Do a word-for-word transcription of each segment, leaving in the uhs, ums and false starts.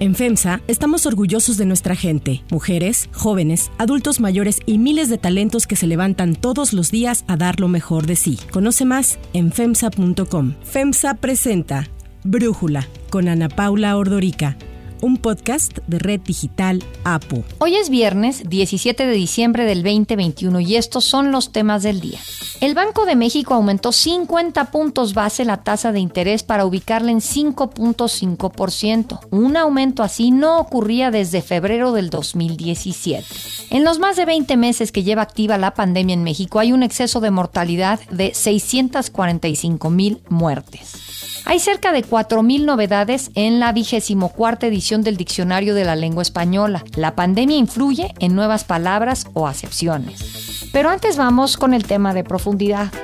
En FEMSA estamos orgullosos de nuestra gente, mujeres, jóvenes, adultos mayores y miles de talentos que se levantan todos los días a dar lo mejor de sí. Conoce más en femsa punto com. FEMSA presenta Brújula con Ana Paula Ordorica, un podcast de Red Digital A P U. Hoy es viernes diecisiete de diciembre del veinte veintiuno y estos son los temas del día. El Banco de México aumentó cincuenta puntos base la tasa de interés para ubicarla en cinco punto cinco por ciento. Un aumento así no ocurría desde febrero del dos mil diecisiete. En los más de veinte meses que lleva activa la pandemia en México hay un exceso de mortalidad de seiscientas cuarenta y cinco mil muertes. Hay cerca de cuatro mil novedades en la vigésimo cuarta edición del Diccionario de la Lengua Española. La pandemia influye en nuevas palabras o acepciones. Pero antes vamos con el tema de profundidad.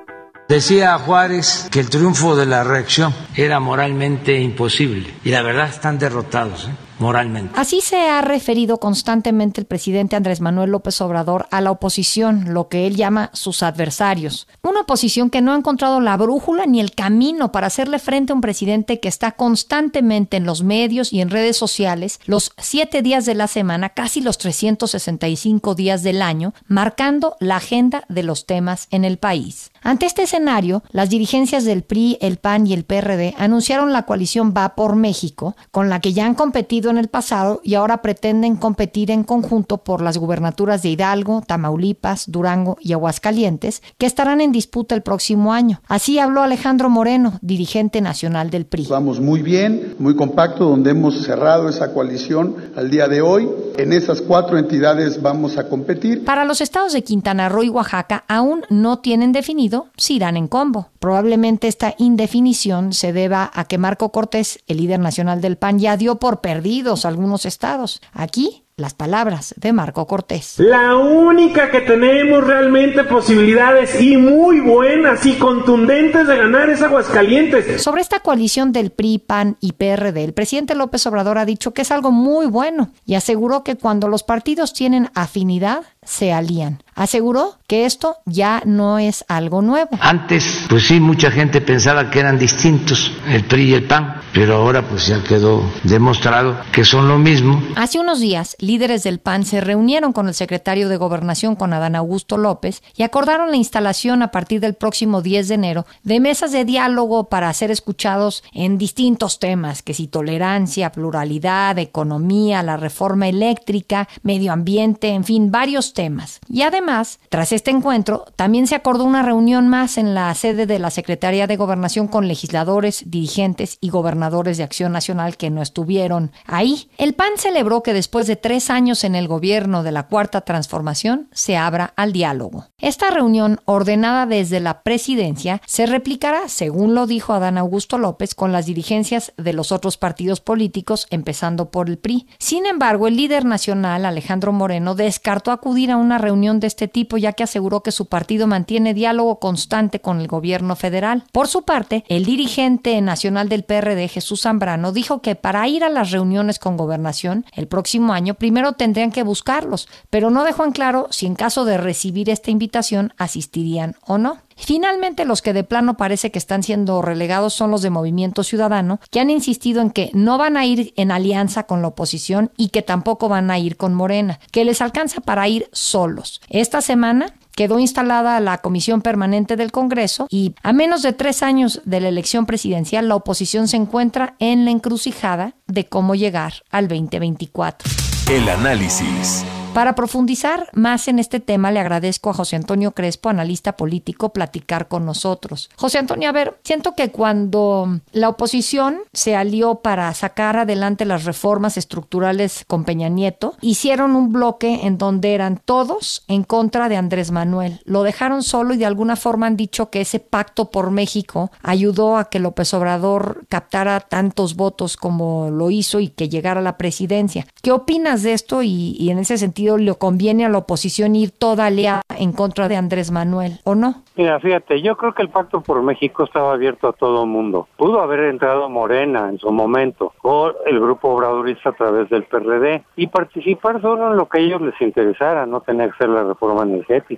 Decía Juárez que el triunfo de la reacción era moralmente imposible y la verdad están derrotados, ¿eh? moralmente. Así se ha referido constantemente el presidente Andrés Manuel López Obrador a la oposición, lo que él llama sus adversarios. Una oposición que no ha encontrado la brújula ni el camino para hacerle frente a un presidente que está constantemente en los medios y en redes sociales los siete días de la semana, casi los trescientos sesenta y cinco días del año, marcando la agenda de los temas en el país. Ante este escenario, las dirigencias del P R I, el P A N y el P R D anunciaron la coalición Va por México, con la que ya han competido en el pasado y ahora pretenden competir en conjunto por las gubernaturas de Hidalgo, Tamaulipas, Durango y Aguascalientes, que estarán en disputa el próximo año. Así habló Alejandro Moreno, dirigente nacional del P R I. Vamos muy bien, muy compacto, donde hemos cerrado esa coalición al día de hoy. En esas cuatro entidades vamos a competir. Para los estados de Quintana Roo y Oaxaca aún no tienen definido si irán en combo. Probablemente esta indefinición se deba a que Marco Cortés, el líder nacional del P A N, ya dio por perdidos algunos estados. Aquí, las palabras de Marco Cortés. La única que tenemos realmente posibilidades y muy buenas y contundentes de ganar es Aguascalientes. Sobre esta coalición del P R I, P A N y P R D, el presidente López Obrador ha dicho que es algo muy bueno y aseguró que cuando los partidos tienen afinidad, se alían. Aseguró que esto ya no es algo nuevo. Antes, pues sí, mucha gente pensaba que eran distintos el P R I y el P A N, pero ahora pues ya quedó demostrado que son lo mismo. Hace unos días, líderes del P A N se reunieron con el secretario de Gobernación, con Adán Augusto López, y acordaron la instalación a partir del próximo diez de enero de mesas de diálogo para ser escuchados en distintos temas, que si tolerancia, pluralidad, economía, la reforma eléctrica, medio ambiente, en fin, varios temas. Y además, tras este encuentro, también se acordó una reunión más en la sede de la Secretaría de Gobernación con legisladores, dirigentes y gobernadores de Acción Nacional que no estuvieron ahí. El P A N celebró que después de tres años en el gobierno de la Cuarta Transformación se abra al diálogo. Esta reunión, ordenada desde la presidencia, se replicará, según lo dijo Adán Augusto López, con las dirigencias de los otros partidos políticos, empezando por el P R I. Sin embargo, el líder nacional, Alejandro Moreno, descartó acudir a una reunión de este tipo, ya que aseguró que su partido mantiene diálogo constante con el gobierno federal. Por su parte, el dirigente nacional del P R D, Jesús Zambrano, dijo que para ir a las reuniones con Gobernación el próximo año, primero tendrían que buscarlos, pero no dejó en claro si en caso de recibir esta invitación asistirían o no. Finalmente, los que de plano parece que están siendo relegados son los de Movimiento Ciudadano, que han insistido en que no van a ir en alianza con la oposición y que tampoco van a ir con Morena, que les alcanza para ir solos. Esta semana quedó instalada la Comisión Permanente del Congreso y a menos de tres años de la elección presidencial, la oposición se encuentra en la encrucijada de cómo llegar al veinte veinticuatro. El análisis. Para profundizar más en este tema, le agradezco a José Antonio Crespo, analista político, platicar con nosotros. José Antonio, a ver, siento que cuando la oposición se alió para sacar adelante las reformas estructurales con Peña Nieto, hicieron un bloque en donde eran todos en contra de Andrés Manuel. Lo dejaron solo y de alguna forma han dicho que ese pacto por México ayudó a que López Obrador captara tantos votos como lo hizo y que llegara a la presidencia. ¿Qué opinas de esto y, y en ese sentido le conviene a la oposición ir toda aliada en contra de Andrés Manuel o no? Mira, fíjate, yo creo que el Pacto por México estaba abierto a todo mundo. Pudo haber entrado Morena en su momento, o el grupo obradorista a través del P R D, y participar solo en lo que a ellos les interesara, no tener que hacer la reforma energética.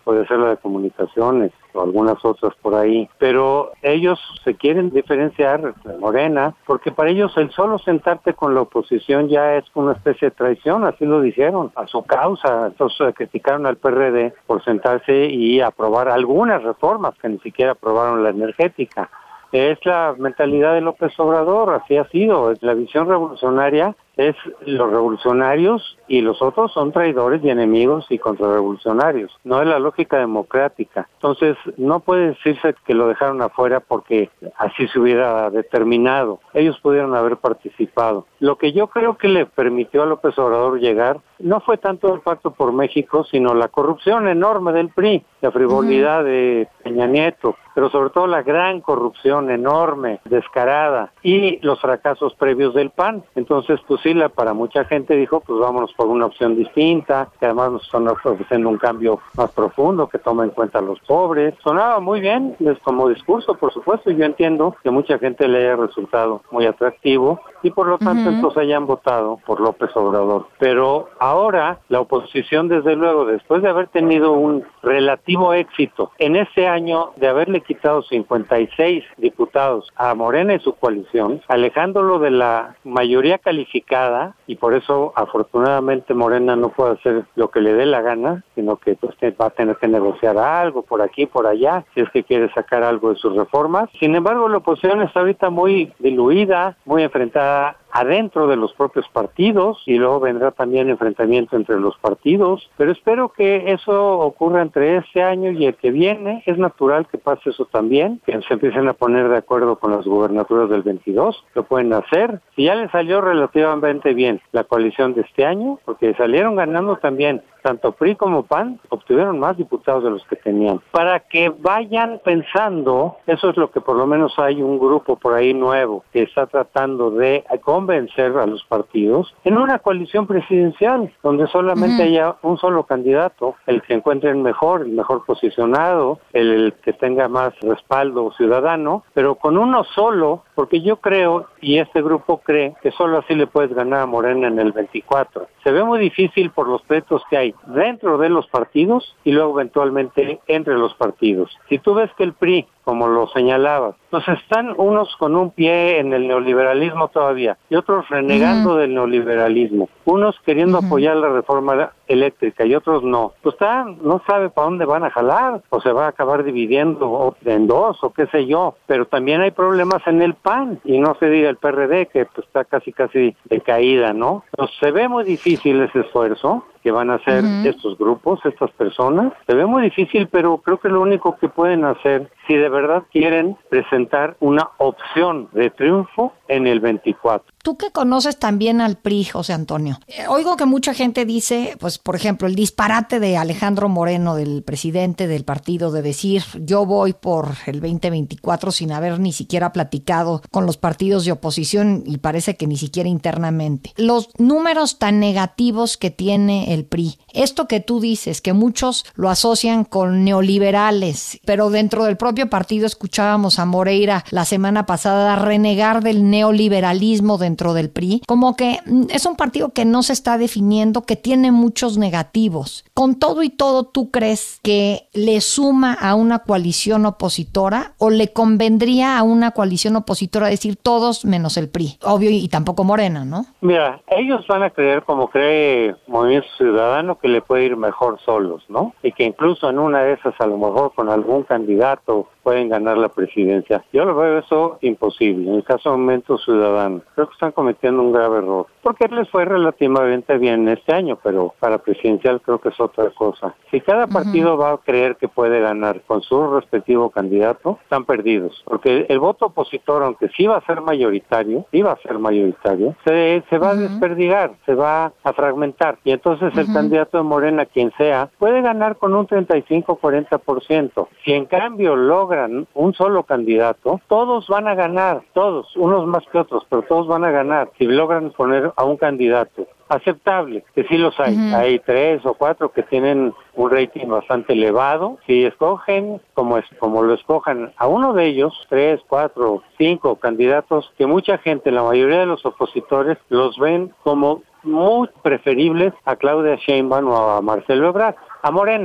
puede ser la de comunicaciones o algunas otras por ahí, pero ellos se quieren diferenciar de Morena, porque para ellos el solo sentarte con la oposición ya es una especie de traición, así lo dijeron, a su causa. Entonces criticaron al P R D por sentarse y aprobar algunas reformas que ni siquiera aprobaron la energética. Es la mentalidad de López Obrador, así ha sido, es la visión revolucionaria. Es los revolucionarios y los otros son traidores y enemigos y contrarrevolucionarios. No es la lógica democrática. Entonces, no puede decirse que lo dejaron afuera porque así se hubiera determinado. Ellos pudieron haber participado. Lo que yo creo que le permitió a López Obrador llegar no fue tanto el Pacto por México, sino la corrupción enorme del P R I, la frivolidad uh-huh. de Peña Nieto, pero sobre todo la gran corrupción enorme, descarada, y los fracasos previos del P A N. Entonces, pues sí, la, para mucha gente dijo, pues vámonos por una opción distinta, que además nos están ofreciendo un cambio más profundo, que toma en cuenta a los pobres. Sonaba muy bien, es como discurso, por supuesto, y yo entiendo que mucha gente le haya resultado muy atractivo, y por lo tanto, uh-huh. entonces hayan votado por López Obrador. Pero ahora, la oposición, desde luego, después de haber tenido un relativo éxito en ese año de haberle quitado cincuenta y seis diputados a Morena y su coalición, alejándolo de la mayoría calificada, y por eso afortunadamente Morena no puede hacer lo que le dé la gana, sino que pues, va a tener que negociar algo por aquí, por allá, si es que quiere sacar algo de sus reformas. Sin embargo, la oposición está ahorita muy diluida, muy enfrentada adentro de los propios partidos, y luego vendrá también enfrentamiento entre los partidos, pero espero que eso ocurra entre este año y el que viene. Es natural que pase eso también, que se empiecen a poner de acuerdo con las gubernaturas del veintidós, lo pueden hacer. Si ya les salió relativamente bien la coalición de este año, porque salieron ganando también, tanto P R I como P A N obtuvieron más diputados de los que tenían. Para que vayan pensando, eso es lo que por lo menos hay un grupo por ahí nuevo que está tratando de convencer a los partidos en una coalición presidencial, donde solamente uh-huh. haya un solo candidato, el que encuentre el mejor, el mejor posicionado, el, el que tenga más respaldo ciudadano, pero con uno solo, porque yo creo, y este grupo cree, que solo así le puedes ganar a Morena en el veinticuatro. Se ve muy difícil por los pleitos que hay dentro de los partidos y luego eventualmente entre los partidos. Si tú ves que el P R I, como lo señalabas, pues están unos con un pie en el neoliberalismo todavía y otros renegando uh-huh. del neoliberalismo, unos queriendo uh-huh. apoyar la reforma eléctrica y otros no, pues está, no sabe para dónde van a jalar, o se va a acabar dividiendo en dos o qué sé yo, pero también hay problemas en el P A N y no se diga el P R D, que pues, está casi casi de caída, ¿no? Entonces se ve muy difícil ese esfuerzo que van a hacer uh-huh. estos grupos, estas personas. Se ve muy difícil, pero creo que lo único que pueden hacer, si de verdad quieren presentar una opción de triunfo en el veinticuatro. Tú que conoces también al P R I, José Antonio, eh, oigo que mucha gente dice, pues por ejemplo, el disparate de Alejandro Moreno, del presidente del partido, de decir yo voy por el veinte veinticuatro sin haber ni siquiera platicado con los partidos de oposición y parece que ni siquiera internamente. Los números tan negativos que tiene el P R I, esto que tú dices, que muchos lo asocian con neoliberales, pero dentro del propio partido escuchábamos a Moreira la semana pasada renegar del neoliberalismo de dentro del P R I, como que es un partido que no se está definiendo, que tiene muchos negativos. Con todo y todo, ¿tú crees que le suma a una coalición opositora o le convendría a una coalición opositora decir todos menos el P R I? Obvio, y tampoco Morena, ¿no? Mira, ellos van a creer, como cree Movimiento Ciudadano, que le puede ir mejor solos, ¿no? Y que incluso en una de esas, a lo mejor con algún candidato, pueden ganar la presidencia. Yo lo veo eso imposible. En el caso de Movimiento Ciudadano, creo que están cometiendo un grave error, porque les fue relativamente bien este año, pero para presidencial creo que es otra cosa. Si cada partido uh-huh. va a creer que puede ganar con su respectivo candidato, están perdidos, porque el voto opositor, aunque sí va a ser mayoritario, sí va a ser mayoritario, se, se va uh-huh. a desperdigar, se va a fragmentar, y entonces uh-huh. el candidato de Morena, quien sea, puede ganar con un treinta y cinco a cuarenta por ciento. Si en cambio logran un solo candidato, todos van a ganar, todos, unos más que otros, pero todos van a ganar si logran poner a un candidato aceptable, que sí los hay. Uh-huh. Hay tres o cuatro que tienen un rating bastante elevado. Si escogen, como es, como lo escojan a uno de ellos, tres, cuatro, cinco candidatos que mucha gente, la mayoría de los opositores, los ven como muy preferibles a Claudia Sheinbaum o a Marcelo Ebrard. A Morena,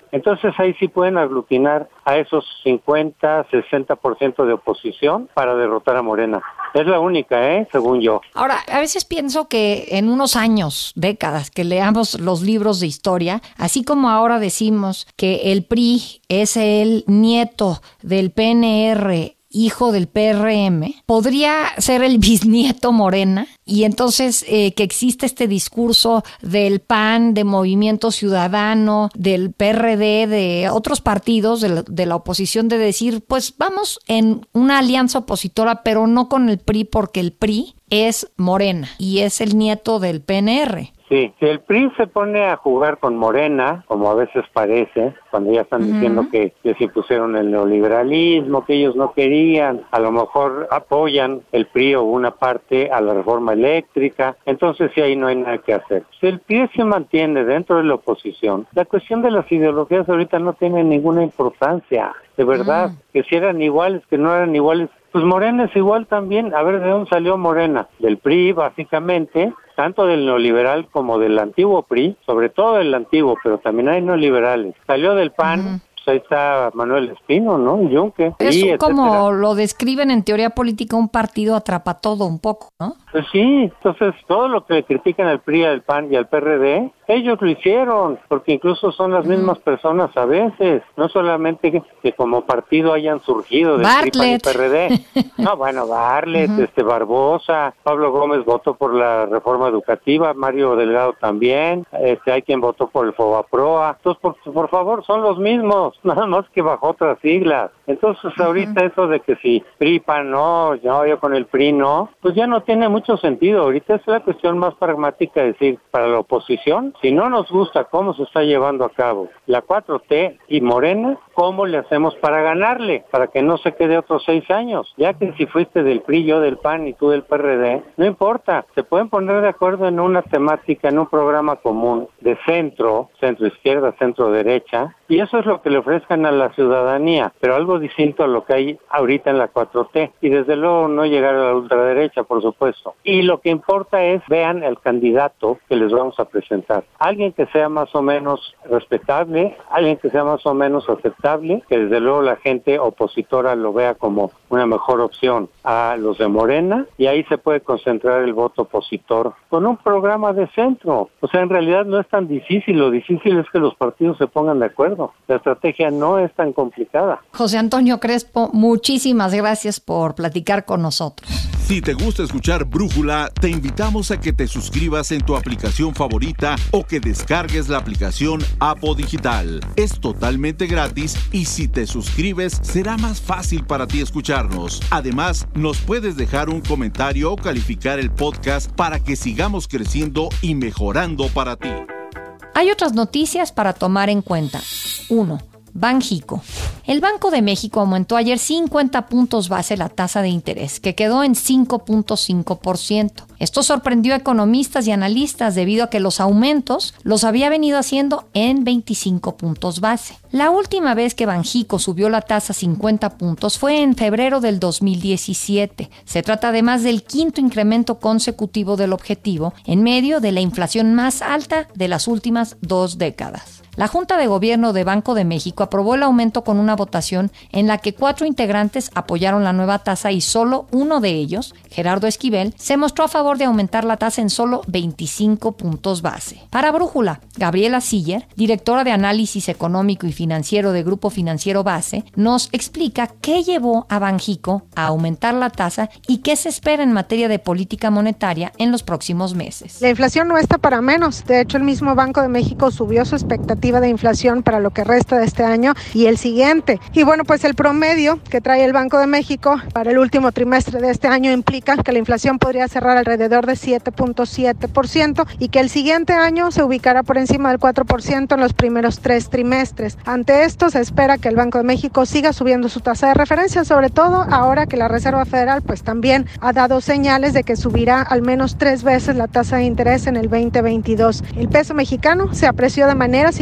Entonces ahí sí pueden aglutinar a esos cincuenta, sesenta por ciento de oposición para derrotar a Morena. Es la única, ¿eh? Según yo. Ahora, a veces pienso que en unos años, décadas, que leamos los libros de historia, así como ahora decimos que el P R I es el nieto del P N R, hijo del P R M, podría ser el bisnieto Morena, y entonces eh, que existe este discurso del P A N, de Movimiento Ciudadano, del P R D, de otros partidos de la, de la oposición, de decir, pues vamos en una alianza opositora, pero no con el P R I, porque el P R I es Morena y es el nieto del P N R. Sí, si el P R I se pone a jugar con Morena, como a veces parece, cuando ya están uh-huh. diciendo que les impusieron el neoliberalismo, que ellos no querían, a lo mejor apoyan el P R I o una parte a la reforma eléctrica, entonces sí, ahí no hay nada que hacer. Si el P R I se mantiene dentro de la oposición, la cuestión de las ideologías ahorita no tiene ninguna importancia, de verdad, uh-huh. que si eran iguales, que no eran iguales, pues Morena es igual también. A ver, ¿de dónde salió Morena? Del P R I, básicamente, tanto del neoliberal como del antiguo P R I, sobre todo del antiguo, pero también hay neoliberales. Salió del P A N, uh-huh. pues ahí está Manuel Espino, ¿no? Y Junque. Es y como etcétera. Lo describen en teoría política, un partido atrapa todo un poco, ¿no? Pues sí, entonces todo lo que le critican al P R I, al P A N y al P R D, ellos lo hicieron, porque incluso son las mismas personas a veces, no solamente que, que como partido hayan surgido del P R I, P A N y P R D. No, bueno, Bartlett, uh-huh. este Barbosa, Pablo Gómez votó por la reforma educativa, Mario Delgado también, este hay quien votó por el Fobaproa. Entonces, por, por favor, son los mismos, nada más que bajo otras siglas. Entonces, uh-huh. ahorita eso de que si P R I, P A N no, yo, yo con el P R I no, pues ya no tiene mucho sentido. Ahorita es la cuestión más pragmática, es decir, para la oposición, si no nos gusta cómo se está llevando a cabo la cuatro T y Morena, ¿cómo le hacemos para ganarle? Para que no se quede otros seis años. Ya que si fuiste del P R I, yo del P A N y tú del P R D, no importa. Se pueden poner de acuerdo en una temática, en un programa común de centro, centro izquierda, centro derecha, y eso es lo que le ofrezcan a la ciudadanía, pero algo distinto a lo que hay ahorita en la cuatro T. Y desde luego no llegar a la ultraderecha, por supuesto. Y lo que importa es, vean el candidato que les vamos a presentar. Alguien que sea más o menos respetable, alguien que sea más o menos aceptable, que desde luego la gente opositora lo vea como una mejor opción a los de Morena, y ahí se puede concentrar el voto opositor con un programa de centro. O sea, en realidad no es tan difícil, lo difícil es que los partidos se pongan de acuerdo. La estrategia no es tan complicada. José Antonio Crespo, muchísimas gracias por platicar con nosotros. Si te gusta escuchar Brújula, te invitamos a que te suscribas en tu aplicación favorita o que descargues la aplicación Apo Digital. Es totalmente gratis y si te suscribes será más fácil para ti escucharnos. Además, nos puedes dejar un comentario o calificar el podcast para que sigamos creciendo y mejorando para ti. Hay otras noticias para tomar en cuenta. uno. Banxico. El Banco de México aumentó ayer cincuenta puntos base la tasa de interés, que quedó en cinco punto cinco por ciento. Esto sorprendió a economistas y analistas debido a que los aumentos los había venido haciendo en veinticinco puntos base. La última vez que Banxico subió la tasa cincuenta puntos fue en febrero del dos mil diecisiete. Se trata además del quinto incremento consecutivo del objetivo en medio de la inflación más alta de las últimas dos décadas. La Junta de Gobierno de Banco de México aprobó el aumento con una votación en la que cuatro integrantes apoyaron la nueva tasa y solo uno de ellos, Gerardo Esquivel, se mostró a favor de aumentar la tasa en solo veinticinco puntos base. Para Brújula, Gabriela Siller, directora de Análisis Económico y Financiero de Grupo Financiero Base, nos explica qué llevó a Banxico a aumentar la tasa y qué se espera en materia de política monetaria en los próximos meses. La inflación no está para menos. De hecho, el mismo Banco de México subió su expectativa de inflación para lo que resta de este año y el siguiente. Y bueno, pues el promedio que trae el Banco de México para el último trimestre de este año implica que la inflación podría cerrar alrededor de siete punto siete por ciento y que el siguiente año se ubicará por encima del cuatro por ciento en los primeros tres trimestres. Ante esto, se espera que el Banco de México siga subiendo su tasa de referencia, sobre todo ahora que la Reserva Federal pues también ha dado señales de que subirá al menos tres veces la tasa de interés en el veinte veintidós. El peso mexicano se apreció de manera significativa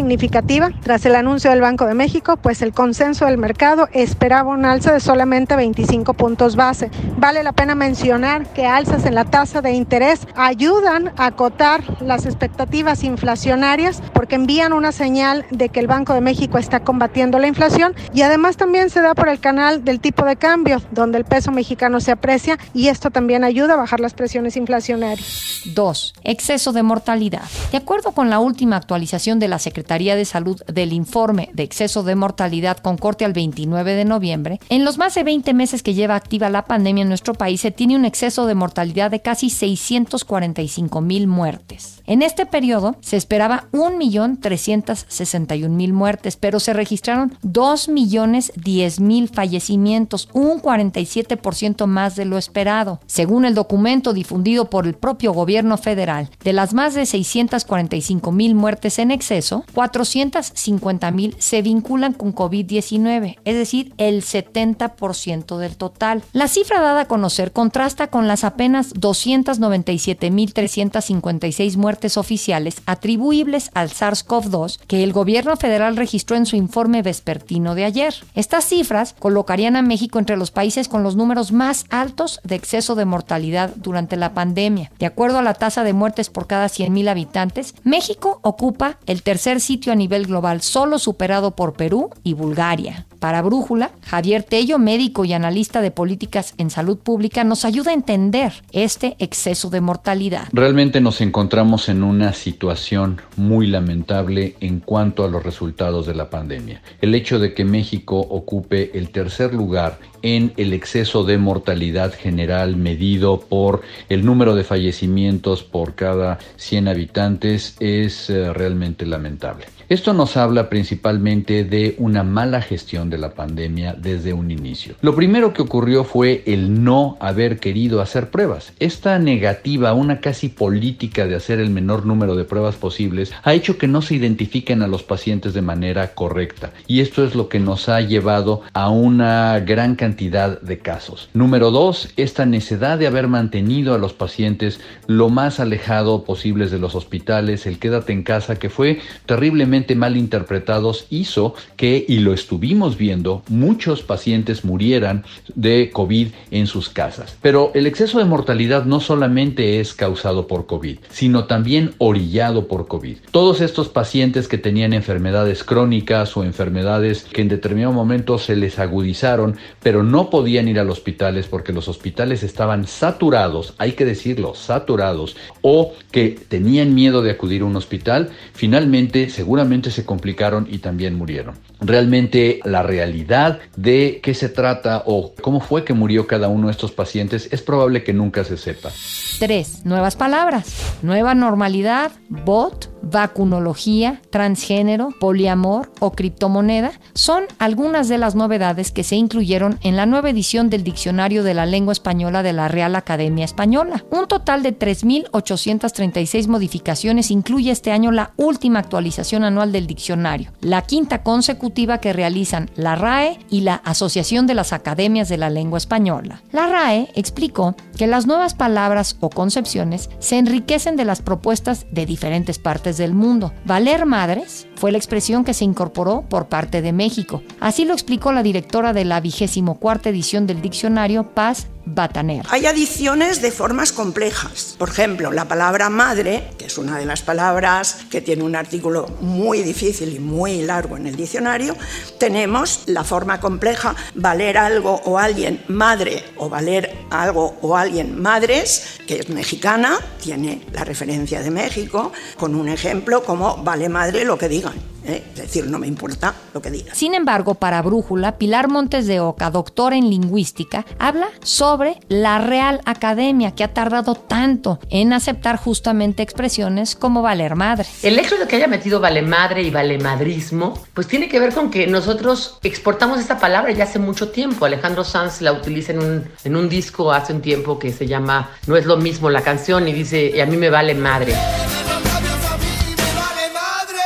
significativa. Tras el anuncio del Banco de México, pues el consenso del mercado esperaba un alza de solamente veinticinco puntos base. Vale la pena mencionar que alzas en la tasa de interés ayudan a acotar las expectativas inflacionarias porque envían una señal de que el Banco de México está combatiendo la inflación, y además también se da por el canal del tipo de cambio, donde el peso mexicano se aprecia, y esto también ayuda a bajar las presiones inflacionarias. dos. Exceso de mortalidad. De acuerdo con la última actualización de la Secretaría de Salud del informe de exceso de mortalidad con corte al veintinueve de noviembre, en los más de veinte meses que lleva activa la pandemia en nuestro país se tiene un exceso de mortalidad de casi seiscientos cuarenta y cinco mil muertes. En este periodo se esperaba un millón trescientos sesenta y un mil muertes, pero se registraron dos millones diez mil fallecimientos, un cuarenta y siete por ciento más de lo esperado. Según el documento difundido por el propio gobierno federal, de las más de seiscientos cuarenta y cinco mil muertes en exceso, cuatrocientos cincuenta mil se vinculan con covid diecinueve, es decir, el setenta por ciento del total. La cifra dada a conocer contrasta con las apenas doscientos noventa y siete mil trescientos cincuenta y seis muertes oficiales atribuibles al SARS-CoV dos que el gobierno federal registró en su informe vespertino de ayer. Estas cifras colocarían a México entre los países con los números más altos de exceso de mortalidad durante la pandemia. De acuerdo a la tasa de muertes por cada cien mil habitantes, México ocupa el tercer sitio a nivel global, solo superado por Perú y Bulgaria. Para Brújula, Javier Tello, médico y analista de políticas en salud pública, nos ayuda a entender este exceso de mortalidad. Realmente nos encontramos en una situación muy lamentable en cuanto a los resultados de la pandemia. El hecho de que México ocupe el tercer lugar en el exceso de mortalidad general medido por el número de fallecimientos por cada cien habitantes es eh, realmente lamentable. Esto nos habla principalmente de una mala gestión de la pandemia desde un inicio. Lo primero que ocurrió fue el no haber querido hacer pruebas. Esta negativa, una casi política de hacer el menor número de pruebas posibles, ha hecho que no se identifiquen a los pacientes de manera correcta. Y esto es lo que nos ha llevado a una gran cantidad de casos. Número dos, esta necedad de haber mantenido a los pacientes lo más alejado posibles de los hospitales, el quédate en casa, que fue terriblemente mal interpretados, hizo que, y lo estuvimos viendo, muchos pacientes murieran de COVID en sus casas. Pero el exceso de mortalidad no solamente es causado por COVID, sino también orillado por COVID. Todos estos pacientes que tenían enfermedades crónicas o enfermedades que en determinado momento se les agudizaron, pero no podían ir a los hospitales porque los hospitales estaban saturados, hay que decirlo, saturados, o que tenían miedo de acudir a un hospital, finalmente seguramente se complicaron y también murieron. Realmente la realidad de qué se trata o cómo fue que murió cada uno de estos pacientes es probable que nunca se sepa. tres. Nuevas palabras. Nueva normalidad, bot, vacunología, transgénero, poliamor o criptomoneda son algunas de las novedades que se incluyeron en la nueva edición del Diccionario de la Lengua Española de la Real Academia Española. Un total de tres mil ochocientas treinta y seis modificaciones incluye este año la última actualización anual del diccionario, la quinta consecutiva que realizan la R A E y la Asociación de las Academias de la Lengua Española. La R A E explicó que las nuevas palabras o concepciones se enriquecen de las propuestas de diferentes partes del mundo. Valer madres fue la expresión que se incorporó por parte de México. Así lo explicó la directora de la vigésimo cuarta edición del diccionario, Paz Bataner. Hay adiciones de formas complejas. Por ejemplo, la palabra madre, que es una de las palabras que tiene un artículo muy difícil y muy largo en el diccionario, tenemos la forma compleja valer algo o alguien madre o valer algo o alguien madres, que es mexicana, tiene la referencia de México, con un ejemplo como vale madre lo que digan. ¿Eh? Es decir, no me importa lo que digan. Sin embargo, para Brújula, Pilar Montes de Oca, doctora en lingüística, habla sobre la Real Academia, que ha tardado tanto en aceptar justamente expresiones como valer madre. El hecho de que haya metido vale madre y valemadrismo, pues tiene que ver con que nosotros exportamos esta palabra ya hace mucho tiempo. Alejandro Sanz la utiliza en un, en un disco hace un tiempo que se llama No es lo mismo la canción y dice, y a mí me vale madre.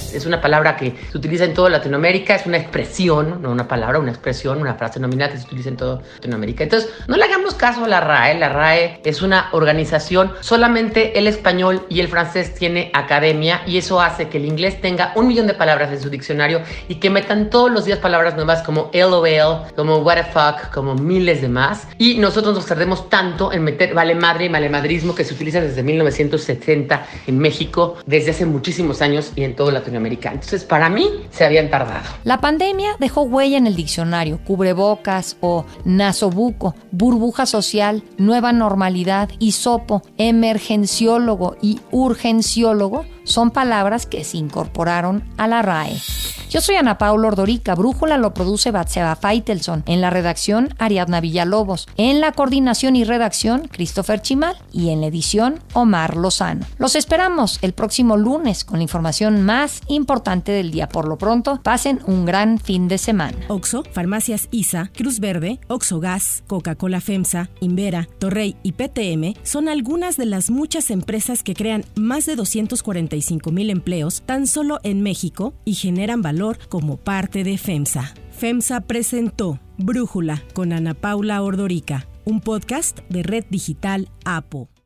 es, es una palabra que se utiliza en toda Latinoamérica, es una expresión, no una palabra, una expresión, una frase nominal que se utiliza en toda Latinoamérica. Entonces, no le hagamos caso a la R A E. La R A E es una organización, solamente el español y el francés tiene academia, y eso hace que el inglés tenga un millón de palabras en su diccionario y que metan todos los días palabras nuevas como L O L, como what the fuck, como miles de más. Y nosotros nos tardemos tanto en meter vale madre y valemadrismo, que se utiliza desde mil novecientos setenta en México, desde hace muchísimos años, y en toda Latinoamérica. Entonces, para mí, se habían tardado. La pandemia dejó huella en el diccionario: cubrebocas o nasobuco, burbuja social, nueva normalidad, hisopo, emergenciólogo y urgenciólogo son palabras que se incorporaron a la R A E. Yo soy Ana Paula Ordorica. Brújula lo produce Batseba Feitelson. En la redacción, Ariadna Villalobos. En la coordinación y redacción, Christopher Chimal. Y en la edición, Omar Lozano. Los esperamos el próximo lunes con la información más importante del día. Por lo pronto, pasen un gran fin de semana. Oxxo, Farmacias I S A, Cruz Verde, Oxxo Gas, Coca-Cola FEMSA, Invera, Torrey y P T M son algunas de las muchas empresas que crean más de doscientos cuarenta y cinco mil empleos tan solo en México y generan valor como parte de FEMSA. FEMSA presentó Brújula con Ana Paula Ordorica, un podcast de Red Digital APO.